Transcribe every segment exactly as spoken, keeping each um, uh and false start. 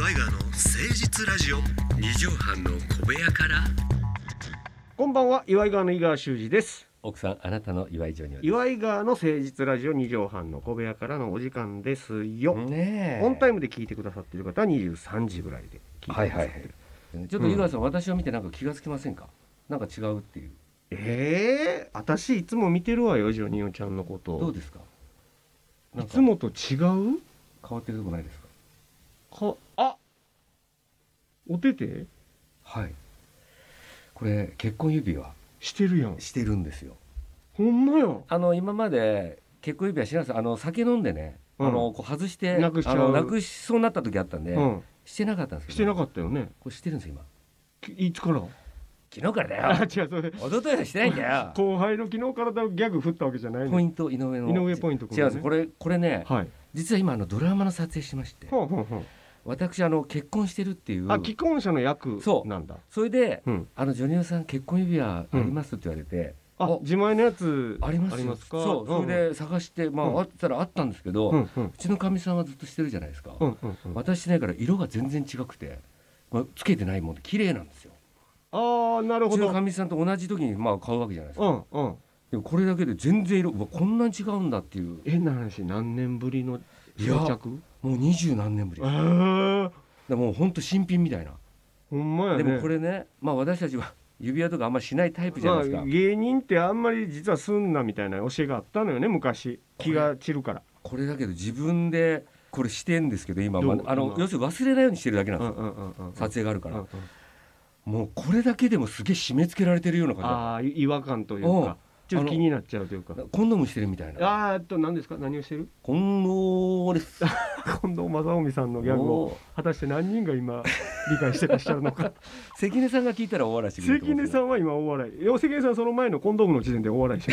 岩井川の誠実ラジオ。 二畳半の小部屋から。 こんばんは、岩井川の井川修司です。 奥さん、あなたの岩井ジョニオです。 岩井川の誠実ラジオ二畳半の小部屋からのお時間ですよ。 ねえ、 オンタイムで聞いてくださっている方はにじゅうさんじぐらいで聞いてくださってる、 はいはいはい、ちょっと井川さん、うん、私を見てなんか気がつきませんか？なんか違うっていう。 えー、私いつも見てるわよ、ジョニオちゃんのこと。 どうですか？ いつもと違う？ 変わってるとこないですか？ かあお手手？ はい、これ結婚指輪してるやん。 してるんですよ。 ほんまよ。 あの今まで結婚指輪しないです。あの酒飲んでね、うん、あのこう外してなくしちゃう、 あのなくしそうになった時あったんで、うん、してなかったんですけど。 してなかったよね。 これしてるんですよ今。いつから？ 昨日からだよ。 あ、違う、それ一昨日はしてないんだよ。 後輩の昨日からだギャグ振ったわけじゃないの。 ポイント、井上の井上ポイント、 ね、違うんです。これこれね、はい、実は今あのドラマの撮影してまして、 ほうほうほう、 私あの結婚してるっていう。 あ、既婚者の役なんだ。 それで、うん、あのジョニオさん結婚指輪ありますって言われて、 うん、あ、自前のやつありますか？そう、それで探して、まあ、うん、あったらあったんですけど、うんうん、うちのかみさんはずっとしてるじゃないですか、うんうんうん、私しないから色が全然違くて、まあ、つけてないもんで綺麗なんですよ。 ああ、なるほど。 うちのかみさんと同じ時にまあ買うわけじゃないですか、うんうん、でもこれだけで全然色、こんなに違うんだっていう。 変な話、何年ぶりの装着？ もう二十何年ぶりです。 えー、 でもうほんと新品みたいな。 ほんまやね。 でもこれね、まあ私たちは指輪とかあんまりしないタイプじゃないですか、 まあ、芸人ってあんまり実はすんなみたいな教えがあったのよね、昔。気が散るから。 これだけど自分でこれしてんですけど、今、まあ、あの要するに忘れないようにしてるだけなんですよ、うんうんうんうん、撮影があるから、うんうん、もうこれだけでもすげえ締め付けられてるような感じ。 ああ、違和感というか、ちょっと気になっちゃうというか。 コンドームしてるみたいな。 あーっと何ですか？何をしてる？ コンドーです近藤正臣さんのギャグを果たして何人が今理解してらっしゃるのか。 関根さんが聞いたら大笑いしてくれる。 関根さんは今大笑い。いや、関根さんその前のコンドームの時点で大笑いしてる。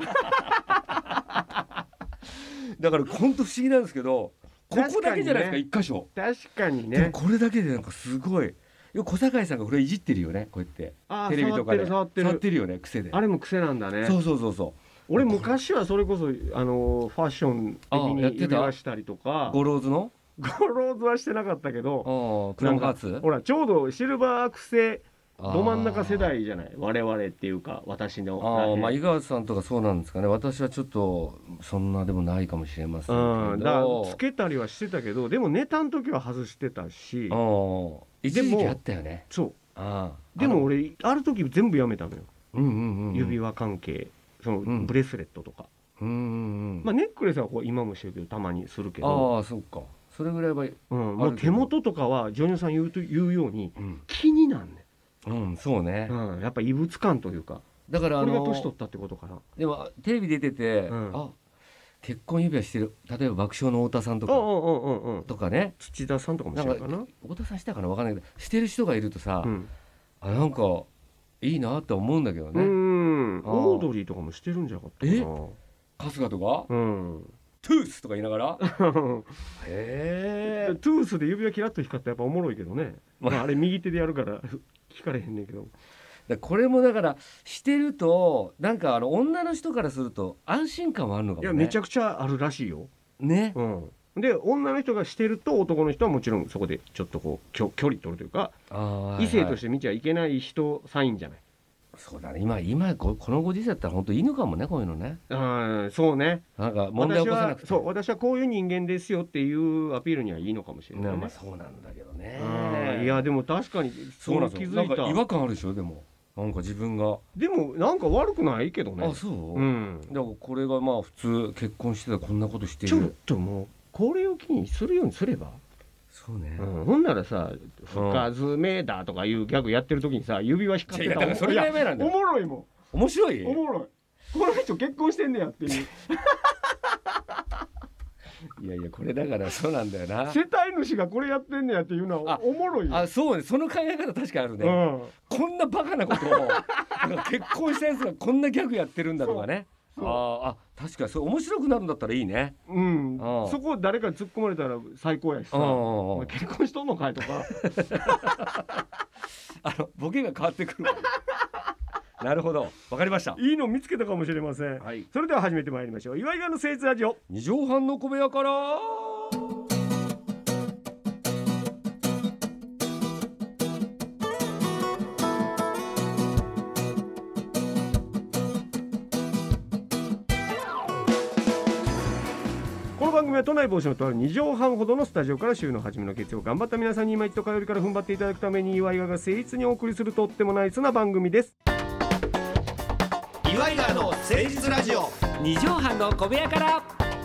だから本当不思議なんですけど、ここだけじゃないですか、一箇所。 確かにね。 でもこれだけでなんかすごい。小堺さんがこれいじってるよね、こうやってテレビとかで触ってる触ってるよね、癖で。 あれも癖なんだね。 そうそうそうそう。 俺昔はそれこそあのファッション的に指輪したりとか。 ゴローズのゴローズはしてなかったけど、 クロムハーツ、 ほらちょうどシルバーアクセど真ん中世代じゃない、我々っていうか私の。 あ、まあ、井川さんとかそうなんですかね。私はちょっとそんなでもないかもしれませんけど、うん、だからつけたりはしてたけど、でもネタの時は外してたし、 一時期あったよね。 そう、あでも俺ある時全部やめたのよ、うんうんうん、指輪関係、そのブレスレットとか、うんうんうん、まあ、ネックレスはこう今もしてるけどたまにするけど、 ああ、そうか、それぐらいは、 うん、もう手元とかはジョニオさん言うと言うように、うん、気になんねん。 うん、そうね、 うん、やっぱ異物感というか、だからあのこれが年取ったってことかな。 でもテレビ出てて、うん、あ、結婚指輪してる、例えば爆笑の太田さんとか、うんうんうん、とかね、 土田さんとかもしてるかな。 太田さんしたかな、分かんないけど、してる人がいるとさ、うん、あ、なんかいいなって思うんだけどね。うん、 オードリーとかもしてるんじゃなかったかな。え、 春日とか、うん、トゥースとか言いながらへえ、トゥースで指輪キラッと光ったらやっぱおもろいけどね、まあ、あれ右手でやるから聞かれへんねんけど。 だこれもだからしてるとなんかあの女の人からすると安心感はあるのかもね。 いや、めちゃくちゃあるらしいよね、 うん、で女の人がしてると男の人はもちろんそこでちょっとこう距離取るというか、あ、異性として見ちゃいけない人サインじゃない。 そうだね、今今このご時世だったら本当いいのかもね、こういうのね。 あ、そうね、 なんか問題起こさなくて、 私は、そう、私はこういう人間ですよっていうアピールにはいいのかもしれないね。 まあ、そうなんだけどね。 いやでも確かにそうなんですよ。なんか違和感あるでしょ。でもなんか自分がでもなんか悪くないけどね。 あ、そう、うん、だからこれがまあ普通結婚してたらこんなことしてる。 ちょっともうこれを機にするようにすれば。 そうね、 うん、ほんならさ、深爪だとかいうギャグやってる時にさ、指輪光ってたら、いや、だからそれが夢なんだよ。おもろいもん。 面白い、 おもろい、この人結婚してんねやっていういやいや、これだからそうなんだよな、 世帯主がこれやってんねやっていうのはおもろいよ。 あ、そうね、その考え方確かあるね、うん、こんなバカなことを結婚したやつがこんなギャグやってるんだとかね。ああ、確かにそれ面白くなるんだったらいいね。うん、 そこ誰かに突っ込まれたら最高やしさ、結婚しとんのかいとかあのボケが変わってくるなるほど、わかりました。 いいの見つけたかもしれません、はい、それでは始めてまいりましょう。岩井川の誠実ラジオ二畳半の小部屋から。 の番組は都内某所のとあるに畳半ほどのスタジオから週の初めの月曜頑張った皆さんに今一度火曜日から踏ん張っていただくために岩井川が誠実にお送りするとってもナイスな番組です。 岩井川の誠実ラジオ。 二畳半の小部屋から。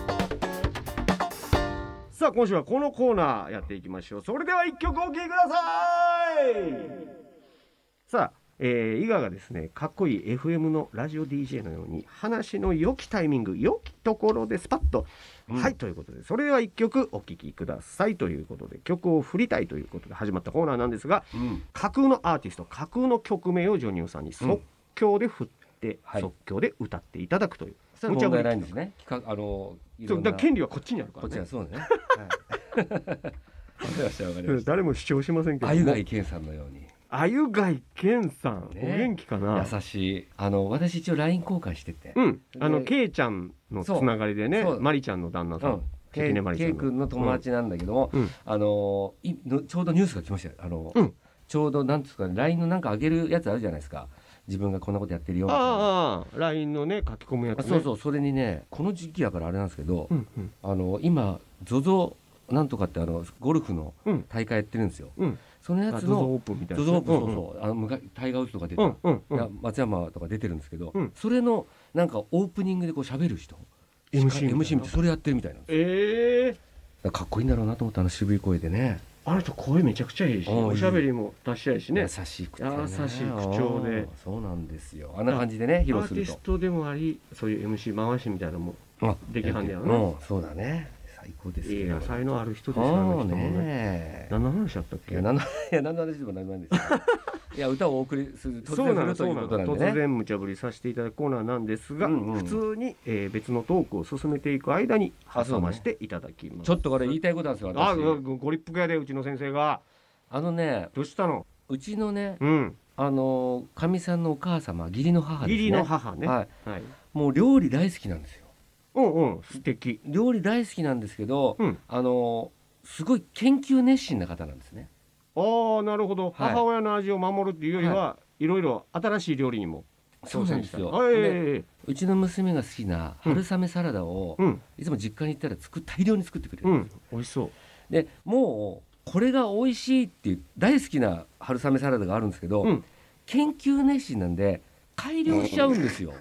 さあ今週はこのコーナーやっていきましょう。それではいっきょくお聴きください。さあ、えー、伊賀がですねかっこいい エフエム のラジオ ディージェー のように話の良きタイミング良きところでスパッと、うん、はいということでそれではいっきょくお聴きくださいということで曲を振りたいということで始まったコーナーなんですが、うん、架空のアーティスト架空の曲名をジョニオさんに即興で振って、うん、即興で歌っていただくという、 はい、問題ないんですね。企画あのそうだ権利はこっちにあるからね。 こっちはそうね、はい、 誰も主張しませんけど、 あゆがいけんさんのようにあゆがいけんさん、ね、お元気かな。 優しい。あの私一応 ライン 交換してて、 うん、あのけいちゃんのつながりでね、まりちゃんの旦那さん、うん、 けい君の友達なんだけども、うん、あのいちょうどニュースが来ましたよ。あの、うん、ちょうどなんですかね ライン のなんか上げるやつあるじゃないですか。自分がこんなことやってるよみたいな。 ああ ライン のね書き込むやつ、ね、 そうそう。それにねこの時期だからあれなんですけど、うんうん、あの今 ゾゾ なんとかってあのゴルフの大会やってるんですよ、うん、そのやつの ゾゾ オープンみたいな ゾゾ オープン、そうそう、あのタイガー・ウッズとか出た、うんうんうん、いや松山とか出てるんですけど、うん、それのなんかオープニングでこう喋る人 エムシー みたいなそれやってるみたいなんですよ。えー、かっこいいんだろうなと思ったあの渋い声でね。 あの人声めちゃくちゃいいし、おしゃべりも達者やしね。 優しくて、ね、 優しい口調で。 そうなんですよ。あんな感じでね披露すると。 アーティストでもあり、そういう エムシー 回しみたいなのもできはんねやろね。 うん、そうだね。最高ですよ。いや才能ある人ですよね。あの人もね。何の話だったっけ？ いや何のいや何の話でも何なんですよ。いや歌をお送りする突然振るということなんでね。 突然無茶ぶりさせていただくコーナーなんですが、うんうん、普通に、えー、別のトークを進めていく間に挟ましていただきます。 ね、ちょっとこれ言いたいことなんですよ。私。 あ、ご立腹やでうちの先生が。 あのね、 どうしたの？ うちのね、うん、あのかみさんのお母様、義理の母ですね。 義理の母ね。 はい。はい、もう料理大好きなんですよ。 うんうん、素敵。 料理大好きなんですけど、うん、あのすごい研究熱心な方なんですね。 ああ、なるほど。はい、母親の味を守るっていうよりは、はい、いろいろ新しい料理にも挑戦した。そうなんですよ。で、 うちの娘が好きな春雨サラダを、うん、いつも実家に行ったら作大量に作ってくれるんですよ。 うん、美味しそう。 で、もうこれが美味しいっていう大好きな春雨サラダがあるんですけど、うん、研究熱心なんで改良しちゃうんですよ。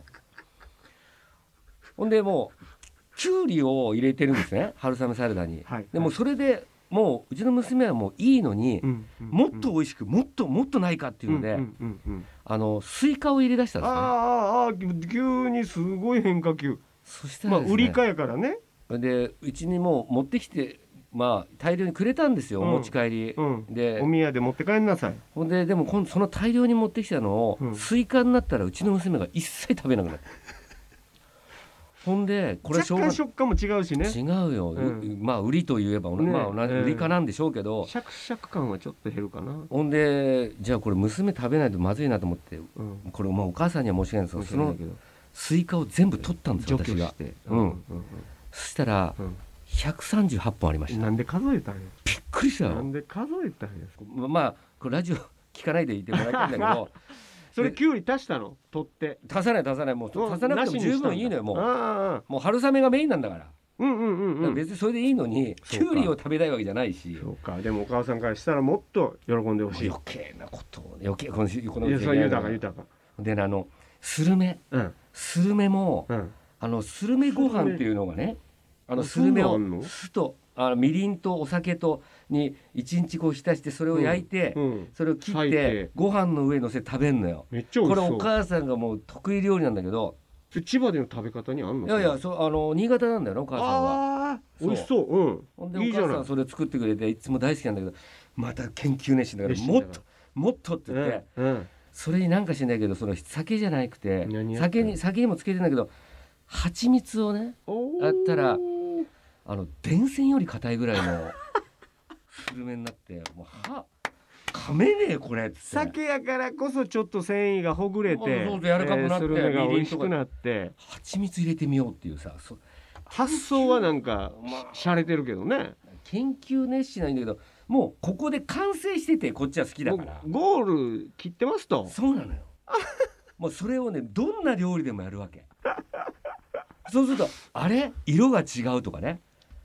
ほんでもうきゅうりを入れてるんですね春雨サラダに、はい、でもそれでもううちの娘はもういいのに、うんうんうん、もっと美味しくもっともっとないかっていうので、うんうんうん、あのスイカを入れ出したんですね。 ああ急にすごい変化球。 そしたらですね、 まあ、売りかやからね。 でうちにもう持ってきてまあ大量にくれたんですよ、うん、お持ち帰り、うん、でお宮で持って帰んなさい。 ほんででも今度その大量に持ってきたのを、うん、スイカになったらうちの娘が一切食べなくなった。ほんでこれ若干食感も違うしね。 違うよ、うん、まあ売りといえば、ね、まあ、売りかなんでしょうけど、 シャクシャク感はちょっと減るかな。 ほんでじゃあこれ娘食べないとまずいなと思って、うん、これまあお母さんには申し訳ないんですけどそのスイカを全部取ったんですよ私が、うんうんうん、そしたら、うんひゃくさんじゅうはっぽんありました。 なんで数えたんや。 びっくりした。 なんで数えたんや。 まあこれラジオ聞かないでいてもらいたいんだけどそれきゅうり足したの取って足さない足さないもう足さなくても十分いいのよ。もうあもう春雨がメインなんだから。うんうんうんうん、別にそれでいいのにきゅうりを食べたいわけじゃないし。 そうか。でもお母さんからしたらもっと喜んでほしい。 余計なことを余計このこのいやそう豊か豊かであのスルメ、うん、スルメも、うん、あのスルメご飯っていうのがねあのスルメを酢とあのみりんとお酒とに一日こう浸してそれを焼いて、うんうん、それを切ってご飯の上に乗せて食べんのよ。 めっちゃ美味しそう。 これお母さんがもう得意料理なんだけど。 千葉での食べ方にあんの？ いやいやそうあの新潟なんだよなお母さんは。 あ美味しそう。うん。 ほんでお母さんそれ作ってくれていつも大好きなんだけどまた研究熱心だからもっともっとって言って、うんうん、それになんかしないけどその酒じゃなくて酒に酒にもつけてんだけど蜂蜜をねあったらあの電線より硬いぐらいのスルメになってもうは噛めねえこれっつって酒やからこそちょっと繊維がほぐれてそう柔らかくなって、えー、スルメが美味しくなって蜂蜜入れてみようっていうさそ発想はなんかしゃれてるけどね。 研究熱心なんだけどもうここで完成しててこっちは好きだからゴール切ってますと。 そうなのよもうそれをねどんな料理でもやるわけそうするとあれ色が違うとかね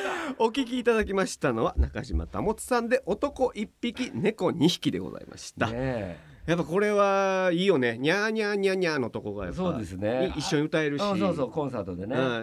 お聞きいただきましたのは中島保さんで男いっぴき猫にひきでございました、ね、やっぱこれはいいよね。ニャーニャーニャーニャーのとこがやっぱそうですね、 一緒に歌えるし、 そうそうそうコンサートでね、うん、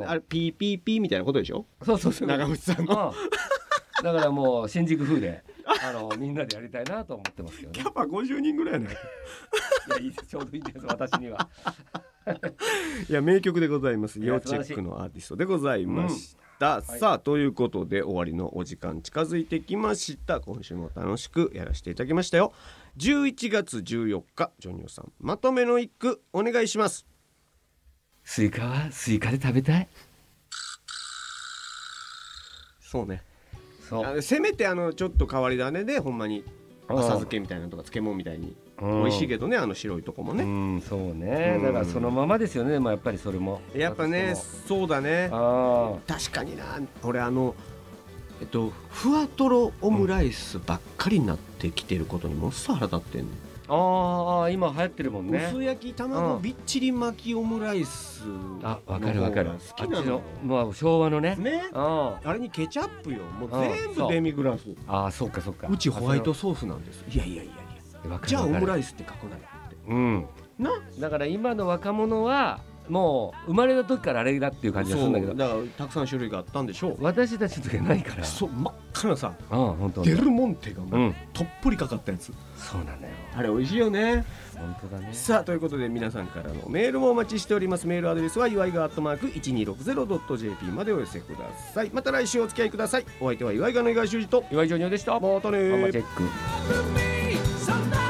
あれピーピーピーみたいなことでしょ。 そうそうそう長渕さんのだからもう新宿風であのみんなでやりたいなと思ってますけどね。 キャパごじゅうにんぐらいやねいやいいです、ちょうどいいです私にはいや名曲でございます。要チェックのアーティストでございました、うん、さあ、はい、ということで終わりのお時間近づいてきました。今週も楽しくやらせていただきましたよ。じゅういちがつじゅうよっかジョニオさんまとめの一句お願いします。 スイカはスイカで食べたい。 そうね、そうせめてあのちょっと変わり種でほんまに浅漬けみたいなのとか漬物みたいに美味しいけどね、あの白いとこもね、 うん、そうね、だからそのままですよね。まあ、やっぱりそれもやっぱね、そうだね、あ確かにな。俺あのえっとふわとろオムライスばっかりになってきてることにものすごい腹立ってんの。 ああ今流行ってるもんね。 薄焼き卵びっちり巻きオムライス、 あ分かる分かる、好きなの、まあ、昭和のねね、ああれにケチャップよ、もう全部デミグラス。 ああそうかそうか、 うちホワイトソースなんです。いやいやいやいや、じゃあオムライスって書くなよって、うんな。だから今の若者はもう生まれた時からあれだっていう感じがするんだけど、 だからたくさん種類があったんでしょう。 私たちの時はないから。 そう真っ赤なさ、 ああ本当デルモンテがもう、うん、とっぷりかかったやつ。 そうなんだよ、 あれ美味しいよね。 本当だね。 さあということで皆さんからのメールもお待ちしております。メールアドレスは祝いがアットマーク いちにーろくゼロドットジェーピー までお寄せください。また来週お付き合いください。お相手は祝いがの岩井修司と岩井ジョニオでした。 またね。 ママチェック。